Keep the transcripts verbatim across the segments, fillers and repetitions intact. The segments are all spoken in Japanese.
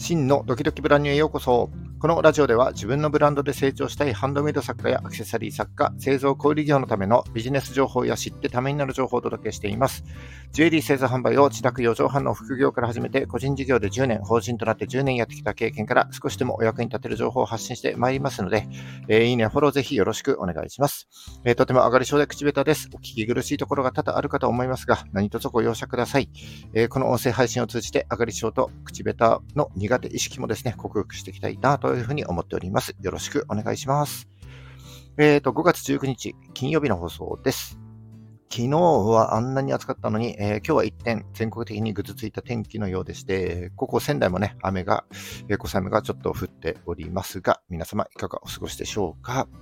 真のドキドキブランニューへようこそ。このラジオでは自分のブランドで成長したいハンドメイド作家やアクセサリー作家、製造小売業のためのビジネス情報や知ってためになる情報をお届けしています。ジュエリー製造販売を自宅よじょうはんの副業から始めて個人事業でじゅうねん、法人となってじゅうねんやってきた経験から少しでもお役に立てる情報を発信してまいりますので、えー、いいね、フォローぜひよろしくお願いします。えー、とても上がり症で口下手です。お聞き苦しいところが多々あるかと思いますが、何卒ご容赦ください。えー、この音声配信を通じて上がり症と口下手の苦手意識もですね、克服していきたいなというふうに思っております。よろしくお願いします。えーと、ごがつじゅうくにち、金曜日の放送です。昨日はあんなに暑かったのに、えー、今日は一転、全国的にぐずついた天気のようでして、ここ仙台もね、雨が、えー、小雨がちょっと降っておりますが、皆様いかがお過ごしでしょうか。はい、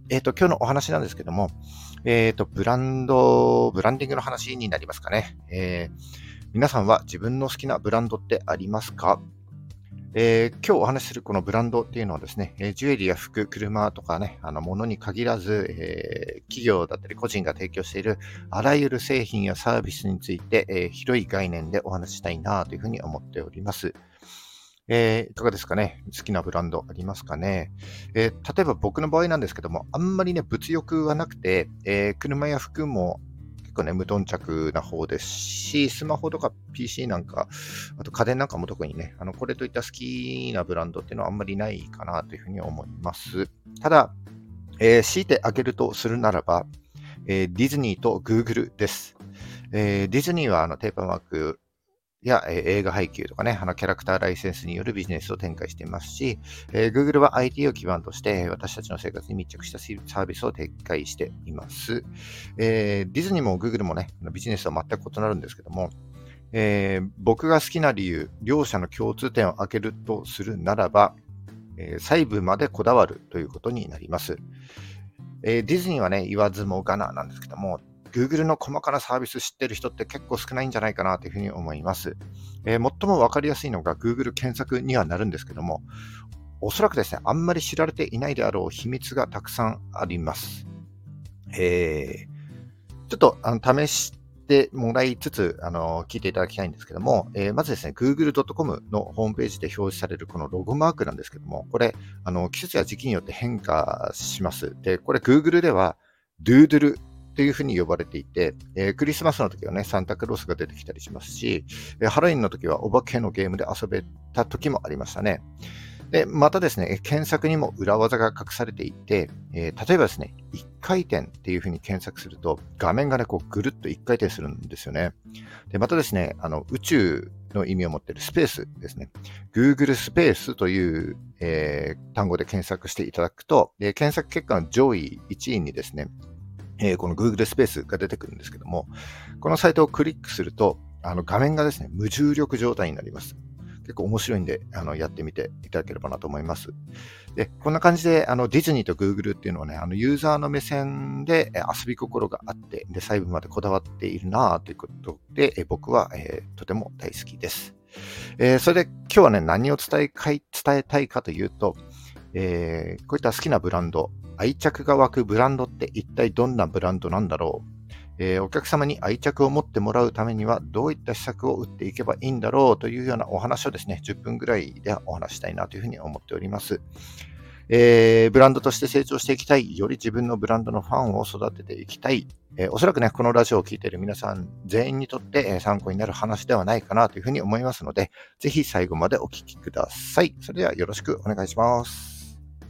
えーと、今日のお話なんですけども、えーと、ブランド、ブランディングの話になりますかね。えー、皆さんは自分の好きなブランドってありますか？えー、今日お話しするこのブランドっていうのはですね、えー、ジュエリーや服、車とかね、あの物に限らず、えー、企業だったり個人が提供しているあらゆる製品やサービスについて、えー、広い概念でお話ししたいなというふうに思っております。えー、いかがですかね？好きなブランドありますかね？えー、例えば僕の場合なんですけども、あんまりね、物欲はなくて、えー、車や服も結構ね、無頓着な方ですし、スマホとか ピーシー なんか、あと家電なんかも特にね、あの、これといった好きなブランドっていうのはあんまりないかなというふうに思います。ただ、えー、強いて挙げるとするならば、えー、ディズニーと Google です。えー、ディズニーはあのテーママークや、えー、映画配給とかね、あのキャラクターライセンスによるビジネスを展開していますし、えー、Google は アイティー を基盤として私たちの生活に密着したサービスを展開しています。えー、ディズニーも Google もね、ビジネスは全く異なるんですけども、えー、僕が好きな理由、両者の共通点を挙げるとするならば、えー、細部までこだわるということになります。えー、ディズニーはね、言わずもがななんですけども、Google の細かなサービス知ってる人って結構少ないんじゃないかなというふうに思います。えー、最もわかりやすいのが Google 検索にはなるんですけども、おそらくですね、あんまり知られていないであろう秘密がたくさんあります。えー、ちょっとあの試してもらいつつ、あの聞いていただきたいんですけども、えー、まずですね、グーグルドットコム のホームページで表示されるこのロゴマークなんですけども、これ、あの季節や時期によって変化します。で、これ Google では Doodleというふうに呼ばれていて、えー、クリスマスの時はね、サンタクロースが出てきたりしますし、えー、ハロウィンの時はお化けのゲームで遊べた時もありましたね。で、またですね、検索にも裏技が隠されていて、えー、例えばですね、一回転っていうふうに検索すると、画面がね、こうぐるっと一回転するんですよね。で、またですね、あの宇宙の意味を持っているスペースですね。Google スペースという、えー、単語で検索していただくと、で検索結果の上位いちいにですね、えー、この Google スペースが出てくるんですけども、このサイトをクリックすると、あの画面がですね、無重力状態になります。結構面白いんで、あのやってみていただければなと思います。で、こんな感じで、あのディズニーと Google っていうのはね、あのユーザーの目線で遊び心があって、で細部までこだわっているなということで、え僕は、えー、とても大好きです。えー、それで今日はね、何を伝えかい伝えたいかというと、えー、こういった好きなブランド、愛着が湧くブランドって一体どんなブランドなんだろう、えー、お客様に愛着を持ってもらうためにはどういった施策を打っていけばいいんだろうというようなお話をですね、じゅっぷんぐらいでお話したいなというふうに思っております。えー、ブランドとして成長していきたい、より自分のブランドのファンを育てていきたい、えー、おそらくね、このラジオを聞いている皆さん全員にとって参考になる話ではないかなというふうに思いますので、ぜひ最後までお聞きください。それではよろしくお願いします。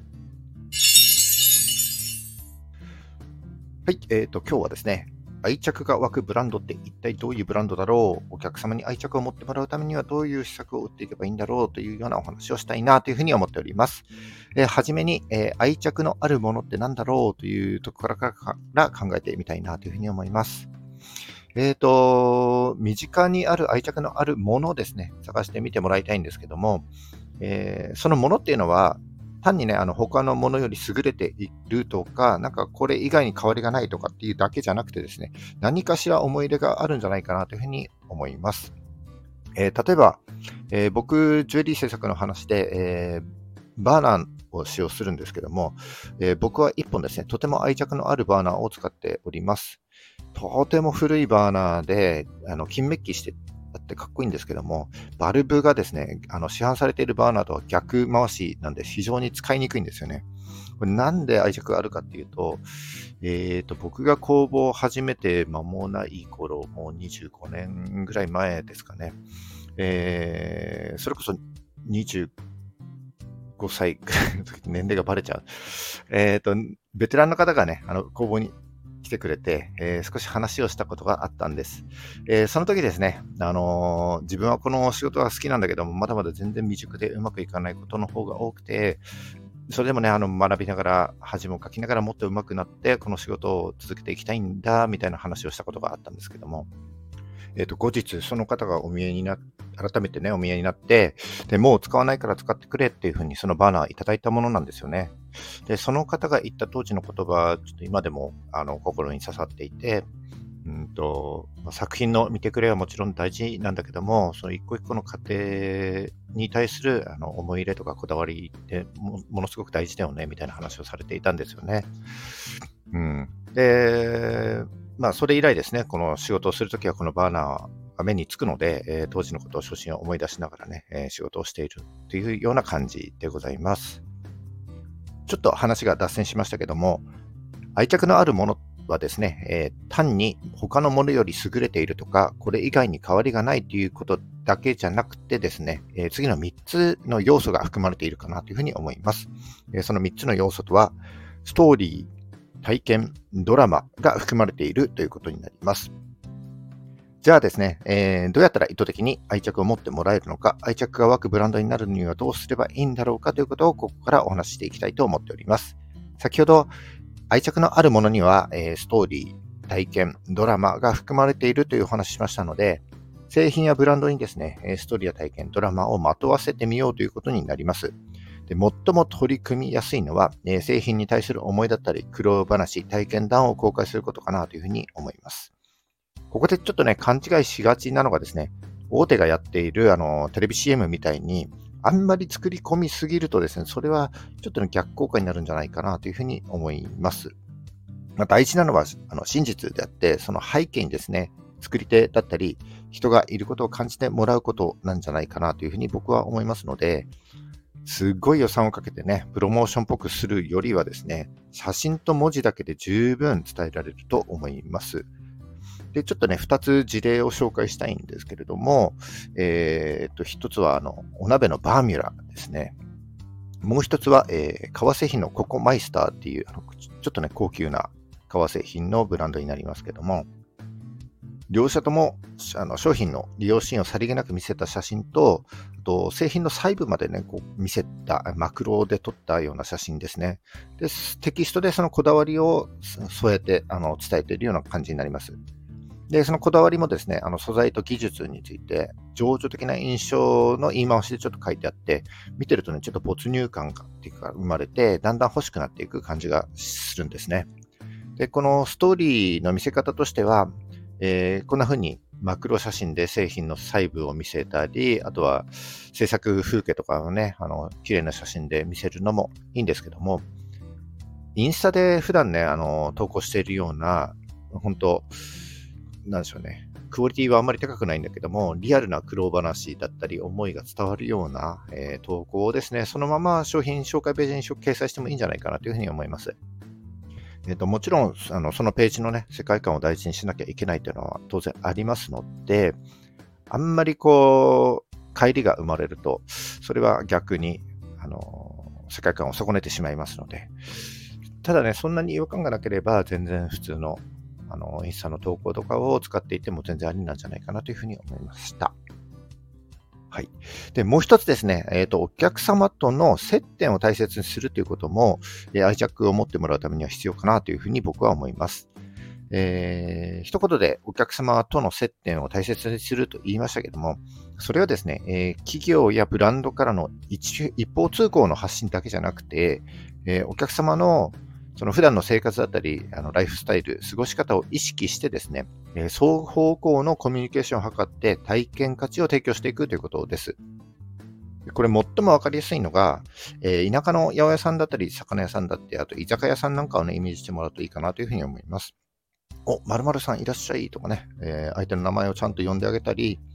はい、えーと、今日はですね、愛着が湧くブランドって一体どういうブランドだろう、お客様に愛着を持ってもらうためにはどういう施策を打っていけばいいんだろうというようなお話をしたいなというふうに思っております。えー、はじめに、えー、愛着のあるものって何だろうというところから考えてみたいなというふうに思います。えーと、身近にある愛着のあるものをですね、探してみてもらいたいんですけども、えー、そのものっていうのは、単にね、あの他のものより優れているとか、なんかこれ以外に変わりがないとかっていうだけじゃなくてですね、何かしら思い入れがあるんじゃないかなというふうに思います。えー、例えば、えー、僕、ジュエリー制作の話で、えー、バーナーを使用するんですけども、えー、僕はいっぽんですね、とても愛着のあるバーナーを使っております。とても古いバーナーで、あの金メッキしてあっってかっこいいんですけども、バルブがですね、あの市販されているバーナーとは逆回しなんで非常に使いにくいんですよね。これなんで愛着があるかっていうと、えーと、僕が工房を始めて間もない頃、もうにじゅうごねんぐらい前ですかね。えー、それこそにじゅうごさいぐらいの時、年齢がバレちゃう。えーと、ベテランの方がね、あの工房に来てくれて、えー少し話をしたことがあったんです。えーその時ですね、あのー自分はこの仕事が好きなんだけども、まだまだ全然未熟でうまくいかないことの方が多くて、それでもね、あの学びながら、恥もかきながらもっと上手くなって、この仕事を続けていきたいんだ、みたいな話をしたことがあったんですけども、えっと、後日、その方がお見えにな、改めてね、お見えになって、で、もう使わないから使ってくれっていうふうに、そのバーナーいただいたものなんですよね。で、その方が言った当時の言葉、ちょっと今でも、あの、心に刺さっていて、うんと、まあ作品の見てくれはもちろん大事なんだけども、その一個一個の過程に対するあの思い入れとかこだわりっても、ものすごく大事だよね、みたいな話をされていたんですよね。うん。で、まあ、それ以来ですね、この仕事をするときはこのバーナーが目につくので、えー当時のことを初心を思い出しながらね、えー仕事をしているというような感じでございます。ちょっと話が脱線しましたけども、愛着のあるものはですね、えー単に他のものより優れているとか、これ以外に変わりがないということだけじゃなくてですね、えー次のみっつの要素が含まれているかなというふうに思います。えーそのみっつの要素とは、ストーリー、体験、ドラマが含まれているということになります。じゃあですね、えーどうやったら意図的に愛着を持ってもらえるのか、愛着が湧くブランドになるにはどうすればいいんだろうかということをここからお話ししていきたいと思っております。先ほど、愛着のあるものには、えーストーリー、体験、ドラマが含まれているというお話ししましたので、製品やブランドにですね、えーストーリーや体験、ドラマをまとわせてみようということになります。で最も取り組みやすいのは、えー製品に対する思いだったり、苦労話、体験談を公開することかなというふうに思います。ここでちょっとね、勘違いしがちなのがですね、大手がやっているあのテレビ シーエム みたいに、あんまり作り込みすぎるとですね、それはちょっと、ね、逆効果になるんじゃないかなというふうに思います。まあ、大事なのはあの真実であって、その背景にですね、作り手だったり、人がいることを感じてもらうことなんじゃないかなというふうに僕は思いますので、すっごい予算をかけてね、プロモーションっぽくするよりはですね、写真と文字だけで十分伝えられると思います。で、ちょっとね、ふたつ事例を紹介したいんですけれども、えー、と、ひとつは、あの、お鍋のバーミュラですね。もう一つは、えー革製品のココマイスターっていう、あのちょっとね、高級な革製品のブランドになりますけども、両者ともあの商品の利用シーンをさりげなく見せた写真と、あと製品の細部までね、こう見せた、マクロで撮ったような写真ですね。で、テキストでそのこだわりを添えてあの伝えているような感じになります。で、そのこだわりもですね、あの素材と技術について、情緒的な印象の言い回しでちょっと書いてあって、見てるとね、ちょっと没入感がっていうか生まれて、だんだん欲しくなっていく感じがするんですね。で、このストーリーの見せ方としては、えーこんな風にマクロ写真で製品の細部を見せたり、あとは制作風景とかをね、あの、綺麗な写真で見せるのもいいんですけども、インスタで普段ね、あの、投稿しているような、本当なんでしょうね、クオリティはあんまり高くないんだけども、リアルな苦労話だったり、思いが伝わるような、えー投稿をですね、そのまま商品紹介ページに掲載してもいいんじゃないかなというふうに思います。えっと、もちろん、あの、そのページのね、世界観を大事にしなきゃいけないというのは当然ありますので、あんまりこう、乖離が生まれると、それは逆に、あの、世界観を損ねてしまいますので、ただね、そんなに違和感がなければ、全然普通の、あの、インスタの投稿とかを使っていても全然ありなんじゃないかなというふうに思いました。はい。で、もう一つですね、えっと、お客様との接点を大切にするということも、えー愛着を持ってもらうためには必要かなというふうに僕は思います。えー一言でお客様との接点を大切にすると言いましたけども、それはですね、えー企業やブランドからの一一方通行の発信だけじゃなくて、えーお客様のその普段の生活だったり、あのライフスタイル、過ごし方を意識してですね、えー双方向のコミュニケーションを図って体験価値を提供していくということです。これ最もわかりやすいのが、えー田舎の八百屋さんだったり、魚屋さんだって、あと居酒屋さんなんかをね、イメージしてもらうといいかなというふうに思います。お、〇〇さんいらっしゃいとかね、えー相手の名前をちゃんと呼んであげたり、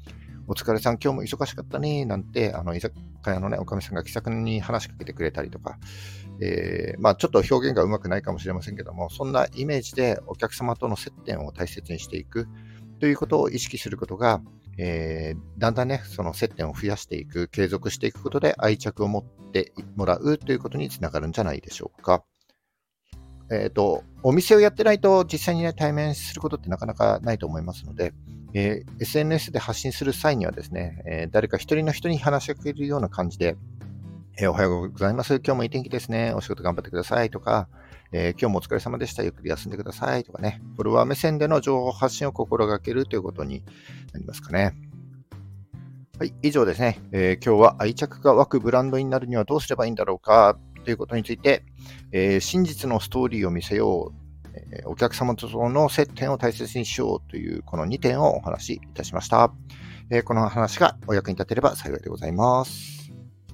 お疲れさん、今日も忙しかったね、なんて、あの、居酒屋のね、おかみさんが気さくに話しかけてくれたりとか、えー、まあ、ちょっと表現がうまくないかもしれませんけども、そんなイメージでお客様との接点を大切にしていくということを意識することが、えー、だんだんね、その接点を増やしていく、継続していくことで愛着を持ってもらうということにつながるんじゃないでしょうか。えっと、お店をやってないと実際にね、対面することってなかなかないと思いますので、えー エスエヌエス で発信する際にはですね、えー誰か一人の人に話しかけるような感じで、えーおはようございます。今日もいい天気ですね。お仕事頑張ってくださいとか、えー今日もお疲れ様でした。ゆっくり休んでくださいとかね、フォロワー目線での情報発信を心がけるということになりますかね。はい、以上ですね、えー今日は愛着が湧くブランドになるにはどうすればいいんだろうかということについて、えー真実のストーリーを見せよう、えーお客様との接点を大切にしようというこのにてんをお話しいたしました。えーこの話がお役に立てれば幸いでございます。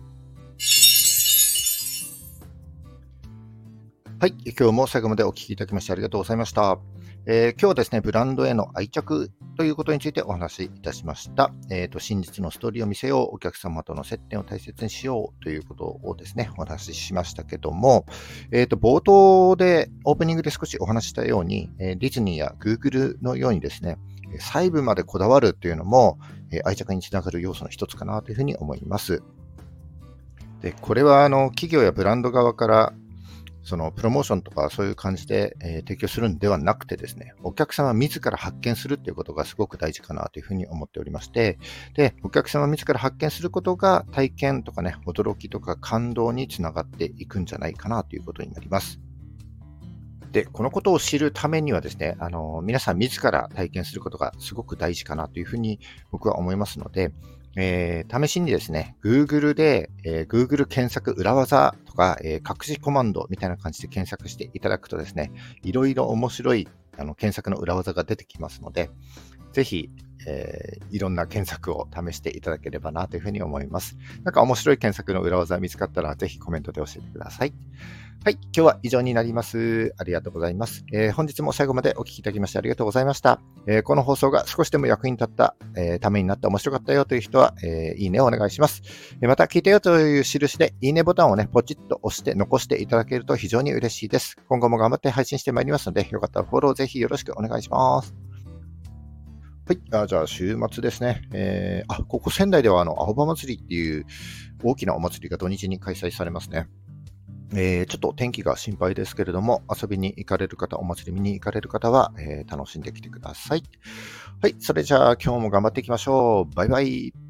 はい、今日も最後までお聞きいただきましてありがとうございました。えー今日はですね、ブランドへの愛着ということについてお話しいたしました。えーと、真実のストーリーを見せよう、お客様との接点を大切にしようということをですね、お話ししましたけども、えーと、冒頭で、オープニングで少しお話ししたように、えーディズニーや Google のようにですね、えー細部までこだわるというのも、えー愛着につながる要素の一つかなというふうに思います。で、これはあの企業やブランド側からそのプロモーションとかそういう感じで、えー提供するんではなくてですね、お客様自ら発見するっていうことがすごく大事かなというふうに思っておりまして、で、お客様自ら発見することが体験とかね、驚きとか感動につながっていくんじゃないかなということになります。で、このことを知るためにはですね、あの、皆さん自ら体験することがすごく大事かなというふうに僕は思いますので、えー試しにですね、Google で、えー Google 検索裏技とか、えー隠しコマンドみたいな感じで検索していただくとですね、いろいろ面白いあの検索の裏技が出てきますので、ぜひ、えーいろんな検索を試していただければなというふうに思います。なんか面白い検索の裏技見つかったら、ぜひコメントで教えてください。はい、今日は以上になります。ありがとうございます。えー本日も最後までお聞きいただきましてありがとうございました。えーこの放送が少しでも役に立った、えーためになった、面白かったよという人は、えーいいねをお願いします。えーまた、聞いたよという印で、いいねボタンをね、ポチッと押して残していただけると非常に嬉しいです。今後も頑張って配信してまいりますので、よかったらフォローぜひよろしくお願いします。はい、あじゃあ週末ですね。えーあ、ここ仙台ではあの青葉祭りっていう大きなお祭りが土日に開催されますね。えーちょっと天気が心配ですけれども、遊びに行かれる方、お祭り見に行かれる方は、えー楽しんできてください。はい、それじゃあ今日も頑張っていきましょう。バイバイ。